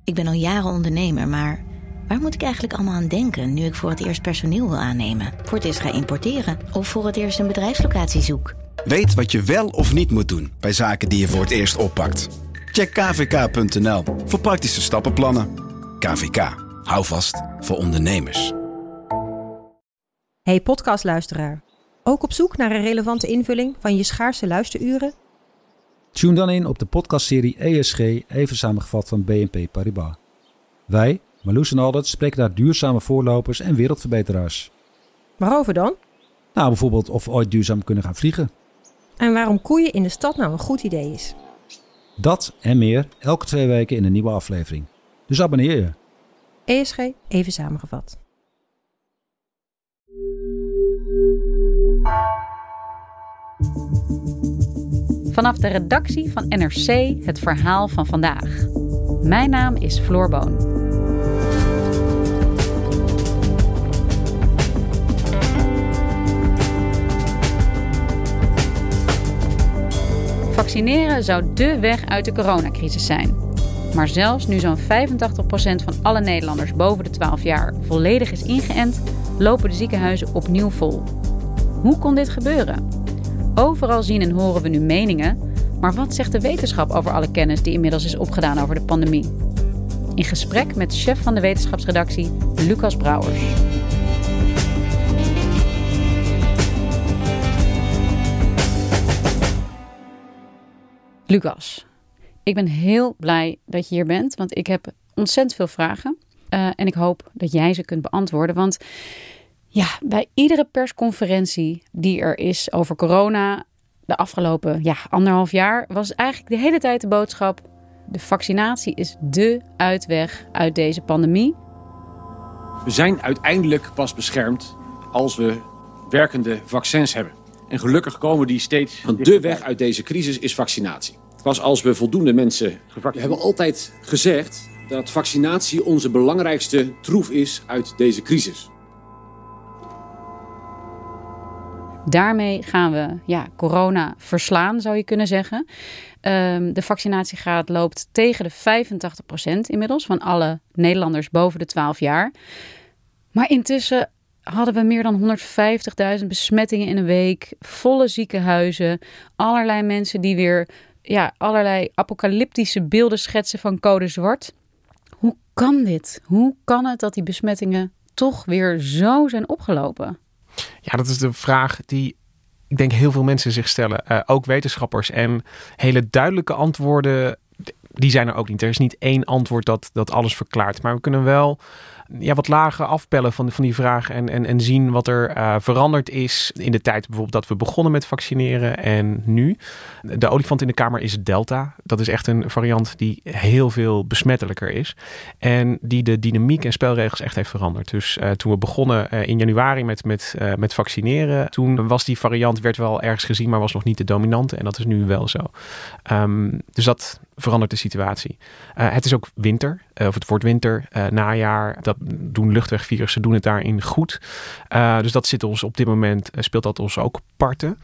Ik ben al jaren ondernemer, maar waar moet ik eigenlijk allemaal aan denken nu ik voor het eerst personeel wil aannemen, voor het eerst ga importeren of voor het eerst een bedrijfslocatie zoek? Weet wat je wel of niet moet doen bij zaken die je voor het eerst oppakt. Check kvk.nl voor praktische stappenplannen. KVK, hou vast voor ondernemers. Hey podcastluisteraar, ook op zoek naar een relevante invulling van je schaarse luisteruren? Tune dan in op de podcastserie ESG, even samengevat van BNP Paribas. Wij, Marloes en Aldert, spreken daar duurzame voorlopers en wereldverbeteraars. Waarover dan? Nou, bijvoorbeeld of we ooit duurzaam kunnen gaan vliegen. En waarom koeien in de stad nou een goed idee is? Dat en meer elke 2 weken in een nieuwe aflevering. Dus abonneer je. ESG, even samengevat. Vanaf de redactie van NRC het verhaal van vandaag. Mijn naam is Floor Boon. Vaccineren zou dé weg uit de coronacrisis zijn. Maar zelfs nu zo'n 85% van alle Nederlanders boven de 12 jaar volledig is ingeënt, lopen de ziekenhuizen opnieuw vol. Hoe kon dit gebeuren? Overal zien en horen we nu meningen, maar wat zegt de wetenschap over alle kennis die inmiddels is opgedaan over de pandemie? In gesprek met chef van de wetenschapsredactie, Lucas Brouwers. Lucas, ik ben heel blij dat je hier bent, want ik heb ontzettend veel vragen. En ik hoop dat jij ze kunt beantwoorden, want ja, bij iedere persconferentie die er is over corona de afgelopen 1,5 jaar was eigenlijk de hele tijd de boodschap: de vaccinatie is dé uitweg uit deze pandemie. We zijn uiteindelijk pas beschermd als we werkende vaccins hebben. En gelukkig komen die steeds. Want de weg uit deze crisis is vaccinatie. Pas als we voldoende mensen gevaccineerd. We hebben altijd gezegd dat vaccinatie onze belangrijkste troef is uit deze crisis. Daarmee gaan we corona verslaan, zou je kunnen zeggen. De vaccinatiegraad loopt tegen de 85% inmiddels van alle Nederlanders boven de 12 jaar. Maar intussen hadden we meer dan 150.000 besmettingen in een week, volle ziekenhuizen, allerlei mensen die weer allerlei apocalyptische beelden schetsen van code zwart. Hoe kan dit? Hoe kan het dat die besmettingen toch weer zo zijn opgelopen? Ja, dat is de vraag die ik denk heel veel mensen zich stellen. Ook wetenschappers. En hele duidelijke antwoorden, die zijn er ook niet. Er is niet één antwoord dat alles verklaart. Maar we kunnen wel wat lagen afpellen van die vraag en zien wat er veranderd is in de tijd bijvoorbeeld dat we begonnen met vaccineren en nu. De olifant in de kamer is Delta. Dat is echt een variant die heel veel besmettelijker is en die de dynamiek en spelregels echt heeft veranderd. Dus toen we begonnen in januari met vaccineren, toen was die variant, werd wel ergens gezien, maar was nog niet de dominante en dat is nu wel zo. Dus dat verandert de situatie. Het is ook winter, of het wordt winter, najaar. Dat doen luchtwegvirussen, doen het daarin goed. Dus dat zit ons op dit moment, speelt dat ons ook parten.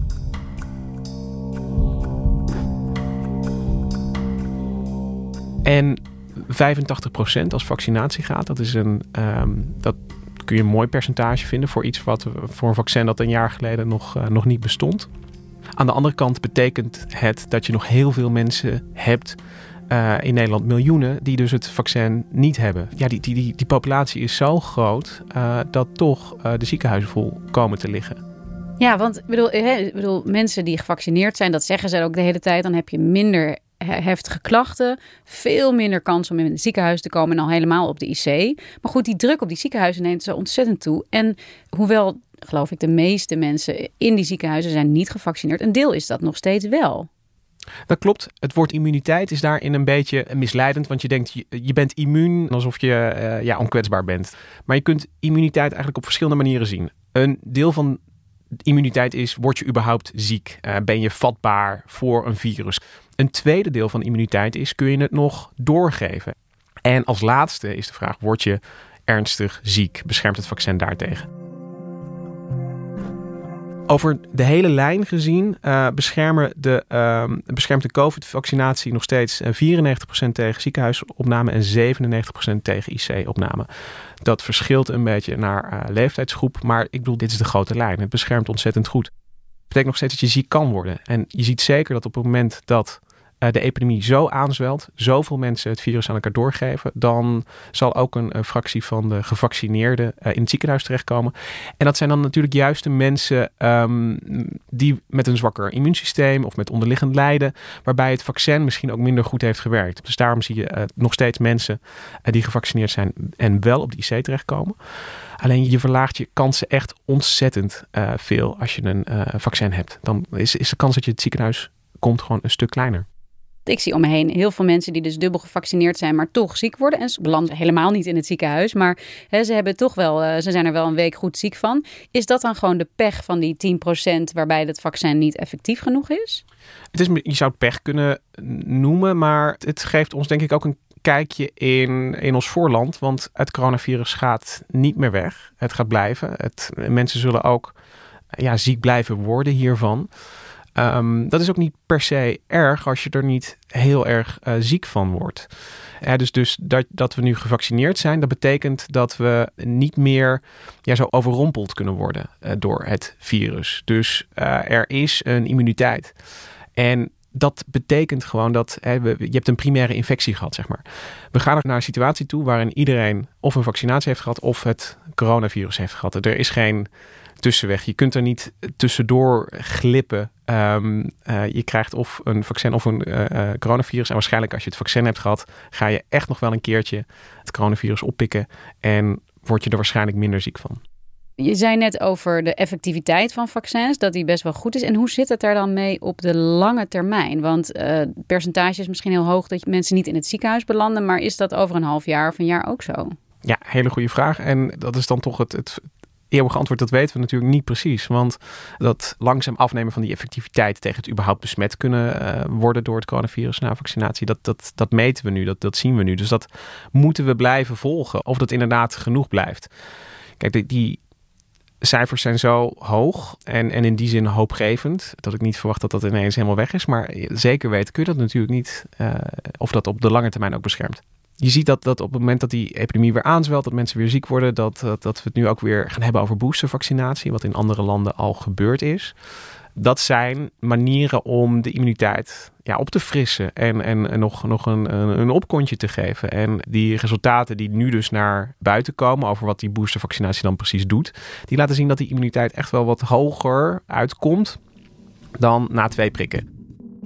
En 85% als vaccinatie gaat, dat is dat kun je een mooi percentage vinden voor iets wat voor een vaccin dat een jaar geleden nog niet bestond. Aan de andere kant betekent het dat je nog heel veel mensen hebt in Nederland, miljoenen, die dus het vaccin niet hebben. Ja, die populatie is zo groot dat toch de ziekenhuizen vol komen te liggen. Ja, want ik bedoel, mensen die gevaccineerd zijn, dat zeggen ze ook de hele tijd, dan heb je minder heftige klachten, veel minder kans om in het ziekenhuis te komen en al helemaal op de IC. Maar goed, die druk op die ziekenhuizen neemt zo ontzettend toe. En hoewel, geloof ik, de meeste mensen in die ziekenhuizen zijn niet gevaccineerd, een deel is dat nog steeds wel. Dat klopt. Het woord immuniteit is daarin een beetje misleidend. Want je denkt, je bent immuun alsof je onkwetsbaar bent. Maar je kunt immuniteit eigenlijk op verschillende manieren zien. Een deel van immuniteit is, word je überhaupt ziek? Ben je vatbaar voor een virus? Een tweede deel van immuniteit is, kun je het nog doorgeven? En als laatste is de vraag, word je ernstig ziek? Beschermt het vaccin daartegen? Over de hele lijn gezien beschermt de COVID-vaccinatie nog steeds 94% tegen ziekenhuisopname en 97% tegen IC-opname. Dat verschilt een beetje naar leeftijdsgroep, maar ik bedoel, dit is de grote lijn. Het beschermt ontzettend goed. Het betekent nog steeds dat je ziek kan worden. En je ziet zeker dat op het moment dat de epidemie zo aanzwelt, zoveel mensen het virus aan elkaar doorgeven, dan zal ook een fractie van de gevaccineerden in het ziekenhuis terechtkomen. En dat zijn dan natuurlijk juist de mensen die met een zwakker immuunsysteem of met onderliggend lijden, waarbij het vaccin misschien ook minder goed heeft gewerkt. Dus daarom zie je nog steeds mensen die gevaccineerd zijn en wel op de IC terechtkomen. Alleen je verlaagt je kansen echt ontzettend veel als je een vaccin hebt. Dan is de kans dat je het ziekenhuis komt gewoon een stuk kleiner. Ik zie om me heen heel veel mensen die dus dubbel gevaccineerd zijn, maar toch ziek worden. En ze belanden helemaal niet in het ziekenhuis. Maar ze hebben toch wel, ze zijn er wel een week goed ziek van. Is dat dan gewoon de pech van die 10% waarbij het vaccin niet effectief genoeg is? Je zou het pech kunnen noemen, maar het geeft ons denk ik ook een kijkje in ons voorland. Want het coronavirus gaat niet meer weg. Het gaat blijven. Mensen zullen ook ziek blijven worden hiervan. Dat is ook niet per se erg als je er niet heel erg ziek van wordt. Dus dat we nu gevaccineerd zijn, dat betekent dat we niet meer zo overrompeld kunnen worden door het virus. Dus er is een immuniteit. En dat betekent gewoon dat je hebt een primaire infectie gehad, zeg maar. We gaan naar een situatie toe waarin iedereen of een vaccinatie heeft gehad of het coronavirus heeft gehad. Er is geen tussenweg. Je kunt er niet tussendoor glippen. Je krijgt of een vaccin of een coronavirus. En waarschijnlijk als je het vaccin hebt gehad, ga je echt nog wel een keertje het coronavirus oppikken. En word je er waarschijnlijk minder ziek van. Je zei net over de effectiviteit van vaccins, dat die best wel goed is. En hoe zit het daar dan mee op de lange termijn? Want het percentage is misschien heel hoog dat mensen niet in het ziekenhuis belanden. Maar is dat over een half jaar of een jaar ook zo? Ja, hele goede vraag. En dat is dan toch het eeuwige antwoord, dat weten we natuurlijk niet precies. Want dat langzaam afnemen van die effectiviteit tegen het überhaupt besmet kunnen worden door het coronavirus na vaccinatie, dat meten we nu, dat zien we nu. Dus dat moeten we blijven volgen, of dat inderdaad genoeg blijft. Kijk, die cijfers zijn zo hoog en in die zin hoopgevend, dat ik niet verwacht dat dat ineens helemaal weg is. Maar zeker weten kun je dat natuurlijk niet, of dat op de lange termijn ook beschermt. Je ziet dat op het moment dat die epidemie weer aanzwelt, dat mensen weer ziek worden, dat we het nu ook weer gaan hebben over boostervaccinatie, wat in andere landen al gebeurd is. Dat zijn manieren om de immuniteit op te frissen en nog een opkontje te geven. En die resultaten die nu dus naar buiten komen over wat die boostervaccinatie dan precies doet, die laten zien dat die immuniteit echt wel wat hoger uitkomt dan na 2 prikken.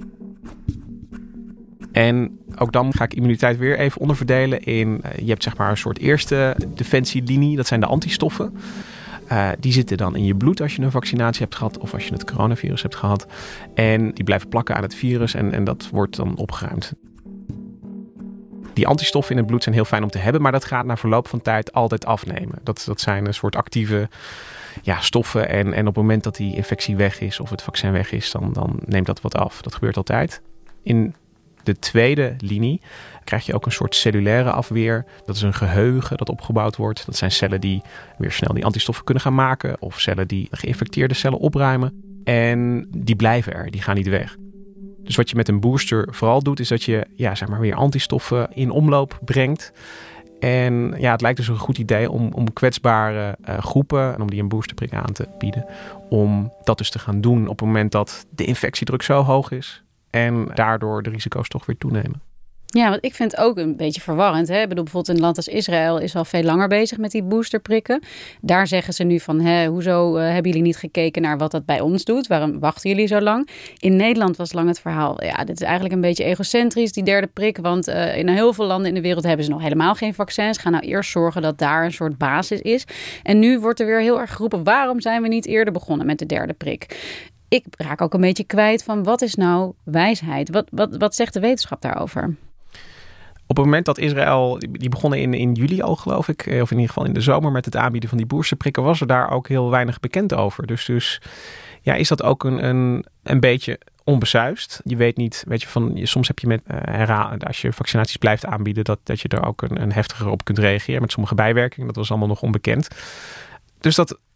En ook dan ga ik immuniteit weer even onderverdelen in, je hebt zeg maar een soort eerste defensielinie, dat zijn de antistoffen. Die zitten dan in je bloed als je een vaccinatie hebt gehad of als je het coronavirus hebt gehad. En die blijven plakken aan het virus en dat wordt dan opgeruimd. Die antistoffen in het bloed zijn heel fijn om te hebben, maar dat gaat na verloop van tijd altijd afnemen. Dat zijn een soort actieve stoffen en op het moment dat die infectie weg is of het vaccin weg is, dan neemt dat wat af. Dat gebeurt altijd. In de tweede linie krijg je ook een soort cellulaire afweer. Dat is een geheugen dat opgebouwd wordt. Dat zijn cellen die weer snel die antistoffen kunnen gaan maken. Of cellen die geïnfecteerde cellen opruimen. En die blijven er, die gaan niet weg. Dus wat je met een booster vooral doet, is dat je weer antistoffen in omloop brengt. En het lijkt dus een goed idee om kwetsbare groepen en om die een boosterprik aan te bieden. Om dat dus te gaan doen op het moment dat de infectiedruk zo hoog is. En daardoor de risico's toch weer toenemen. Ja, want ik vind het ook een beetje verwarrend. Ik bedoel, bijvoorbeeld een land als Israël is al veel langer bezig met die boosterprikken. Daar zeggen ze nu van, hoezo hebben jullie niet gekeken naar wat dat bij ons doet? Waarom wachten jullie zo lang? In Nederland was lang het verhaal, dit is eigenlijk een beetje egocentrisch, die derde prik. Want in heel veel landen in de wereld hebben ze nog helemaal geen vaccins. Ga nou eerst zorgen dat daar een soort basis is. En nu wordt er weer heel erg geroepen, waarom zijn we niet eerder begonnen met de derde prik? Ik raak ook een beetje kwijt van, wat is nou wijsheid? Wat zegt de wetenschap daarover? Op het moment dat Israël, die begonnen in juli al geloof ik, of in ieder geval in de zomer met het aanbieden van die boosterprikken, was er daar ook heel weinig bekend over. Dus is dat ook een beetje onbesuisd. Je weet niet, soms heb je met als je vaccinaties blijft aanbieden, dat je er ook een heftiger op kunt reageren met sommige bijwerkingen. Dat was allemaal nog onbekend. Dus dat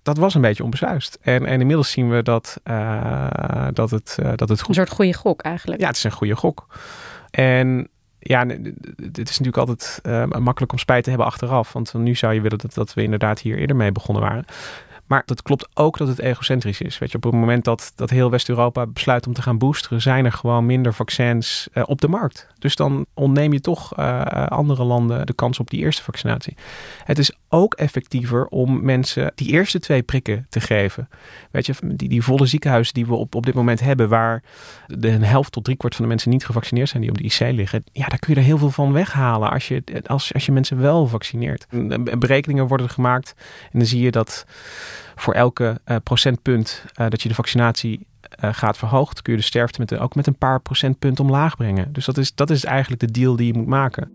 dat was een beetje onbesuisd. En inmiddels zien we dat het goed... Een soort goede gok eigenlijk. Ja, het is een goede gok. En ja, het is natuurlijk altijd makkelijk om spijt te hebben achteraf. Want nu zou je willen dat we inderdaad hier eerder mee begonnen waren. Maar dat klopt ook dat het egocentrisch is. Weet je, op het moment dat heel West-Europa besluit om te gaan boosteren, zijn er gewoon minder vaccins op de markt. Dus dan ontneem je toch andere landen de kans op die eerste vaccinatie. Het is ook effectiever om mensen die eerste 2 prikken te geven. Weet je, die volle ziekenhuizen die we op dit moment hebben, waar een helft tot 3/4 van de mensen niet gevaccineerd zijn, die op de IC liggen. Ja, daar kun je er heel veel van weghalen als je mensen wel vaccineert. Berekeningen worden gemaakt en dan zie je dat voor elke procentpunt dat je de vaccinatie gaat verhoogd, kun je de sterfte ook met een paar procentpunt omlaag brengen. Dus dat is eigenlijk de deal die je moet maken.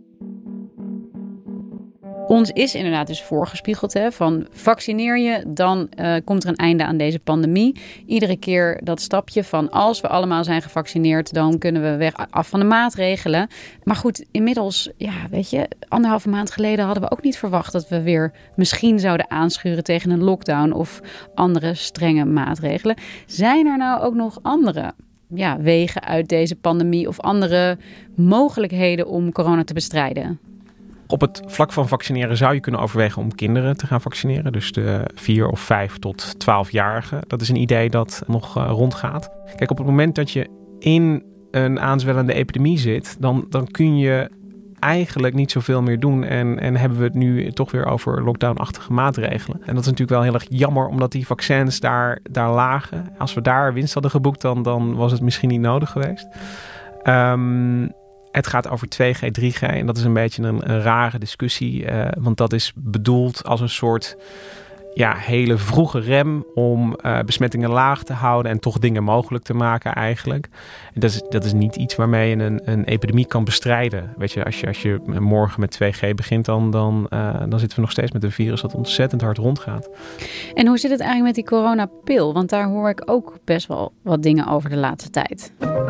Ons is inderdaad dus voorgespiegeld van vaccineer je, dan komt er een einde aan deze pandemie. Iedere keer dat stapje van als we allemaal zijn gevaccineerd, dan kunnen we af van de maatregelen. Maar goed, inmiddels, ja, weet je, 1,5 maand geleden hadden we ook niet verwacht dat we weer misschien zouden aanschuren tegen een lockdown of andere strenge maatregelen. Zijn er nou ook nog andere wegen uit deze pandemie of andere mogelijkheden om corona te bestrijden? Op het vlak van vaccineren zou je kunnen overwegen om kinderen te gaan vaccineren. Dus de 4 of 5 tot 12-jarigen. Dat is een idee dat nog rondgaat. Kijk, op het moment dat je in een aanzwellende epidemie zit, dan kun je eigenlijk niet zoveel meer doen. En hebben we het nu toch weer over lockdown-achtige maatregelen. En dat is natuurlijk wel heel erg jammer, omdat die vaccins daar lagen. Als we daar winst hadden geboekt, dan was het misschien niet nodig geweest. Het gaat over 2G, 3G en dat is een beetje een rare discussie. Want dat is bedoeld als een soort hele vroege rem om besmettingen laag te houden en toch dingen mogelijk te maken eigenlijk. En dat is niet iets waarmee je een epidemie kan bestrijden. Weet je, als je morgen met 2G begint, dan zitten we nog steeds met een virus dat ontzettend hard rondgaat. En hoe zit het eigenlijk met die coronapil? Want daar hoor ik ook best wel wat dingen over de laatste tijd.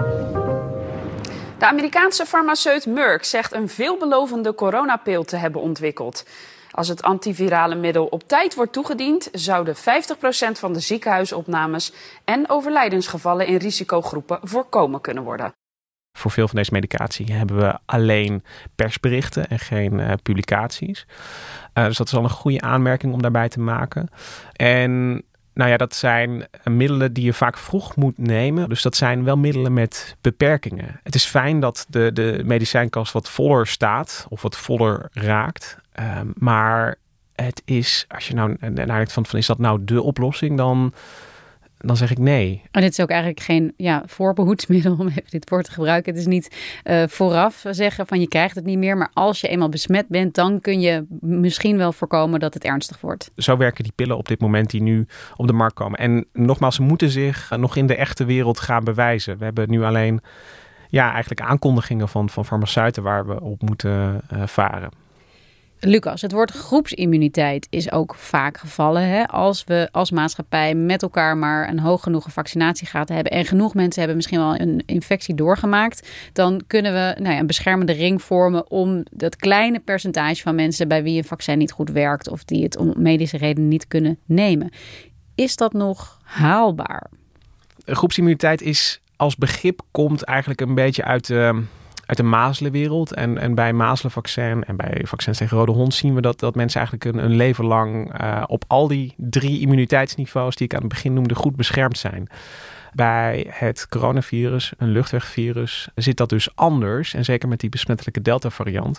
De Amerikaanse farmaceut Merck zegt een veelbelovende coronapil te hebben ontwikkeld. Als het antivirale middel op tijd wordt toegediend, zouden 50% van de ziekenhuisopnames en overlijdensgevallen in risicogroepen voorkomen kunnen worden. Voor veel van deze medicatie hebben we alleen persberichten en geen publicaties. Dus dat is al een goede aanmerking om daarbij te maken. En dat zijn middelen die je vaak vroeg moet nemen. Dus dat zijn wel middelen met beperkingen. Het is fijn dat de medicijnkast wat voller staat of wat voller raakt. Maar het is, als je nou nadenkt van is dat nou de oplossing, dan zeg ik nee. En dit is ook eigenlijk geen voorbehoedsmiddel, om even dit woord te gebruiken. Het is niet vooraf zeggen van je krijgt het niet meer. Maar als je eenmaal besmet bent, dan kun je misschien wel voorkomen dat het ernstig wordt. Zo werken die pillen op dit moment die nu op de markt komen. En nogmaals, ze moeten zich nog in de echte wereld gaan bewijzen. We hebben nu alleen eigenlijk aankondigingen van farmaceuten waar we op moeten varen. Lucas, het woord groepsimmuniteit is ook vaak gevallen. Hè? Als we als maatschappij met elkaar maar een hoog genoeg vaccinatiegraad hebben en genoeg mensen hebben misschien wel een infectie doorgemaakt, dan kunnen we een beschermende ring vormen om dat kleine percentage van mensen bij wie een vaccin niet goed werkt of die het om medische redenen niet kunnen nemen. Is dat nog haalbaar? Groepsimmuniteit is als begrip komt eigenlijk een beetje uit de mazelenwereld. En bij mazelenvaccin en bij vaccins tegen rode hond zien we dat mensen eigenlijk een leven lang op al die 3 immuniteitsniveaus die ik aan het begin noemde goed beschermd zijn. Bij het coronavirus, een luchtwegvirus, zit dat dus anders. En zeker met die besmettelijke Delta-variant.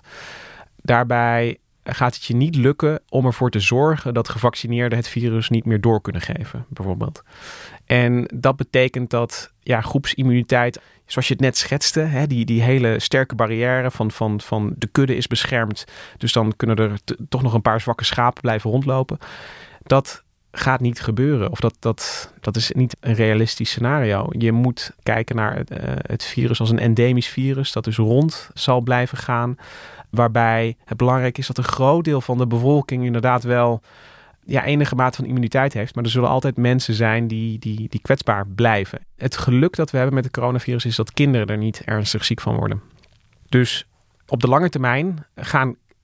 Daarbij gaat het je niet lukken om ervoor te zorgen dat gevaccineerden het virus niet meer door kunnen geven, bijvoorbeeld. En dat betekent dat groepsimmuniteit, zoals je het net schetste, die hele sterke barrière van de kudde is beschermd. Dus dan kunnen er toch nog een paar zwakke schapen blijven rondlopen. Dat gaat niet gebeuren. Of dat is niet een realistisch scenario. Je moet kijken naar het virus als een endemisch virus dat dus rond zal blijven gaan. Waarbij het belangrijk is dat een groot deel van de bevolking inderdaad wel enige mate van immuniteit heeft. Maar er zullen altijd mensen zijn die kwetsbaar blijven. Het geluk dat we hebben met het coronavirus is dat kinderen er niet ernstig ziek van worden. Dus op de lange termijn gaan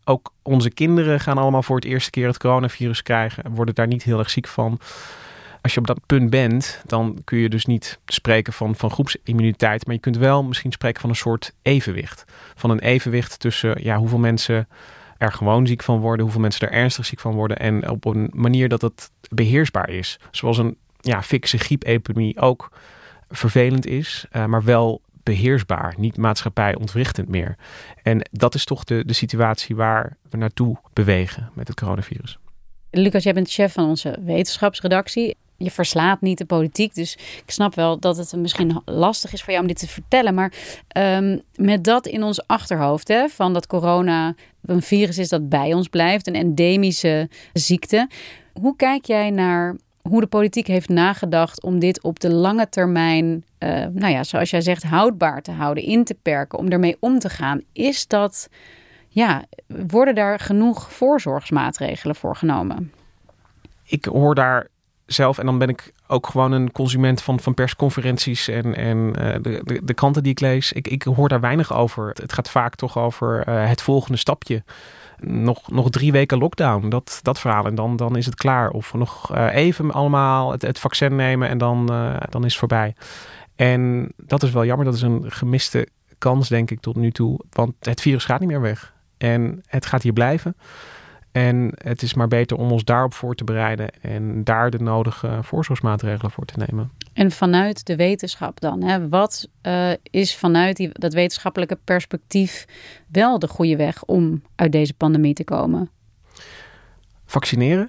Ook onze kinderen gaan allemaal voor het eerste keer het coronavirus krijgen. Worden daar niet heel erg ziek van. Als je op dat punt bent, dan kun je dus niet spreken van groepsimmuniteit. Maar je kunt wel misschien spreken van een soort evenwicht. Van een evenwicht tussen hoeveel mensen er gewoon ziek van worden. Hoeveel mensen er ernstig ziek van worden. En op een manier dat het beheersbaar is. Zoals een fikse griepepidemie ook vervelend is. Maar wel beheersbaar. Niet maatschappij-ontwrichtend meer. En dat is toch de situatie waar we naartoe bewegen met het coronavirus. Lucas, jij bent chef van onze wetenschapsredactie. Je verslaat niet de politiek, dus ik snap wel dat het misschien lastig is voor jou om dit te vertellen. Maar met dat in ons achterhoofd, van dat corona een virus is dat bij ons blijft, een endemische ziekte. Hoe kijk jij naar hoe de politiek heeft nagedacht om dit op de lange termijn, zoals jij zegt, houdbaar te houden, in te perken, om ermee om te gaan? Is dat, worden daar genoeg voorzorgsmaatregelen voor genomen? Ik hoor daar zelf, en dan ben ik ook gewoon een consument van persconferenties en de kranten die ik lees. Ik hoor daar weinig over. Het gaat vaak toch over het volgende stapje. Nog 3 weken lockdown, dat verhaal. En dan is het klaar. Of nog even allemaal het vaccin nemen en dan is het voorbij. En dat is wel jammer. Dat is een gemiste kans, denk ik, tot nu toe. Want het virus gaat niet meer weg. En het gaat hier blijven. En het is maar beter om ons daarop voor te bereiden en daar de nodige voorzorgsmaatregelen voor te nemen. En vanuit de wetenschap dan? Wat is vanuit dat wetenschappelijke perspectief wel de goede weg om uit deze pandemie te komen? Vaccineren.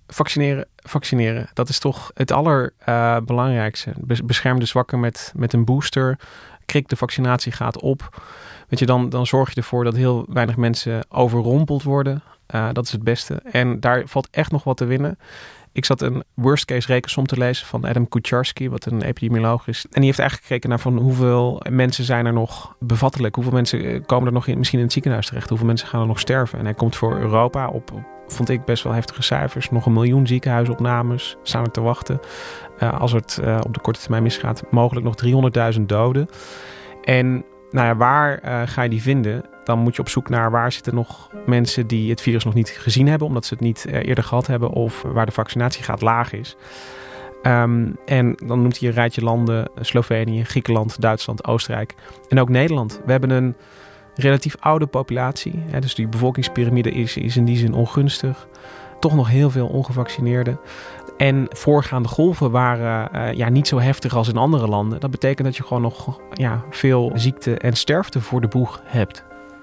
Dat is toch het allerbelangrijkste. Bescherm de zwakken met een booster. Krik de vaccinatie gaat op. Weet je, dan zorg je ervoor dat heel weinig mensen overrompeld worden. Dat is het beste. En daar valt echt nog wat te winnen. Ik zat een worst case rekensom te lezen van Adam Kucharski, wat een epidemioloog is. En die heeft eigenlijk gekeken naar van hoeveel mensen zijn er nog bevattelijk. Hoeveel mensen komen er nog misschien in het ziekenhuis terecht. Hoeveel mensen gaan er nog sterven. En hij komt voor Europa op vond ik best wel heftige cijfers. Nog 1 miljoen ziekenhuisopnames staan er te wachten. Als het op de korte termijn misgaat, mogelijk nog 300.000 doden. En waar ga je die vinden? Dan moet je op zoek naar waar zitten nog mensen die het virus nog niet gezien hebben, omdat ze het niet eerder gehad hebben, of waar de vaccinatiegraad laag is. En dan noemt hij een rijtje landen: Slovenië, Griekenland, Duitsland, Oostenrijk en ook Nederland. We hebben een relatief oude populatie. Dus die bevolkingspyramide is in die zin ongunstig. Toch nog heel veel ongevaccineerden. En voorgaande golven waren niet zo heftig als in andere landen. Dat betekent dat je gewoon nog veel ziekte en sterfte voor de boeg hebt.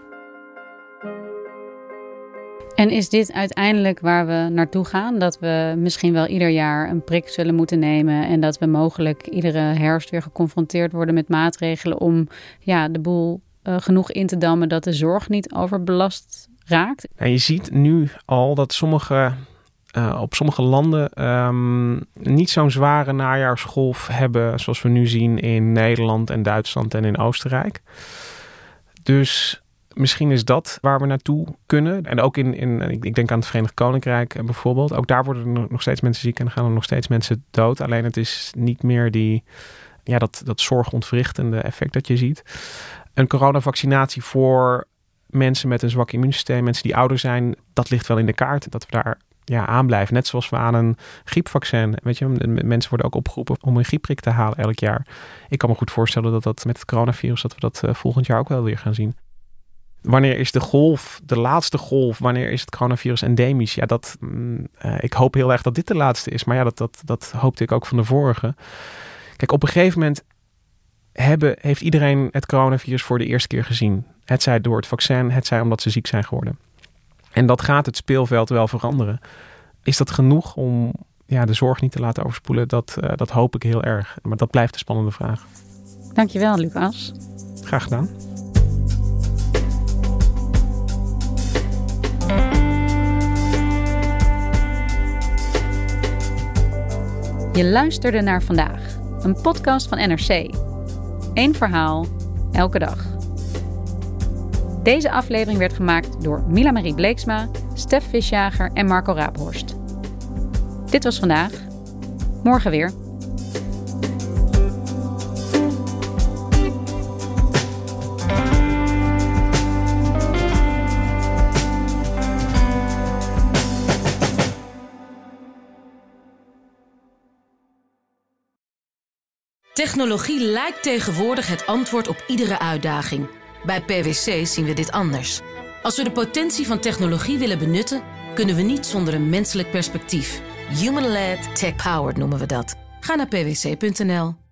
En is dit uiteindelijk waar we naartoe gaan? Dat we misschien wel ieder jaar een prik zullen moeten nemen en dat we mogelijk iedere herfst weer geconfronteerd worden met maatregelen om de boel genoeg in te dammen dat de zorg niet overbelast raakt? En je ziet nu al dat op sommige landen niet zo'n zware najaarsgolf hebben zoals we nu zien in Nederland en Duitsland en in Oostenrijk. Dus misschien is dat waar we naartoe kunnen. En ook ik denk aan het Verenigd Koninkrijk bijvoorbeeld. Ook daar worden er nog steeds mensen ziek en gaan er nog steeds mensen dood. Alleen het is niet meer dat zorgontwrichtende effect dat je ziet. Een coronavaccinatie voor mensen met een zwak immuunsysteem, mensen die ouder zijn, dat ligt wel in de kaart. Dat we daar aan blijven. Net zoals we aan een griepvaccin. Weet je, mensen worden ook opgeroepen om een griepprik te halen elk jaar. Ik kan me goed voorstellen dat met het coronavirus dat we dat volgend jaar ook wel weer gaan zien. Wanneer is de laatste golf, wanneer is het coronavirus endemisch? Ik hoop heel erg dat dit de laatste is. Maar dat hoopte ik ook van de vorige. Kijk, op een gegeven moment heeft iedereen het coronavirus voor de eerste keer gezien. Hetzij door het vaccin, hetzij omdat ze ziek zijn geworden. En dat gaat het speelveld wel veranderen. Is dat genoeg om de zorg niet te laten overspoelen? Dat hoop ik heel erg. Maar dat blijft een spannende vraag. Dankjewel, Lucas. Graag gedaan. Je luisterde naar Vandaag, een podcast van NRC. 1 verhaal, elke dag. Deze aflevering werd gemaakt door Mila Marie Bleeksma, Stef Visjager en Marco Raaphorst. Dit was Vandaag. Morgen weer. Technologie lijkt tegenwoordig het antwoord op iedere uitdaging. Bij PwC zien we dit anders. Als we de potentie van technologie willen benutten, kunnen we niet zonder een menselijk perspectief. Human-led, tech-powered noemen we dat. Ga naar pwc.nl.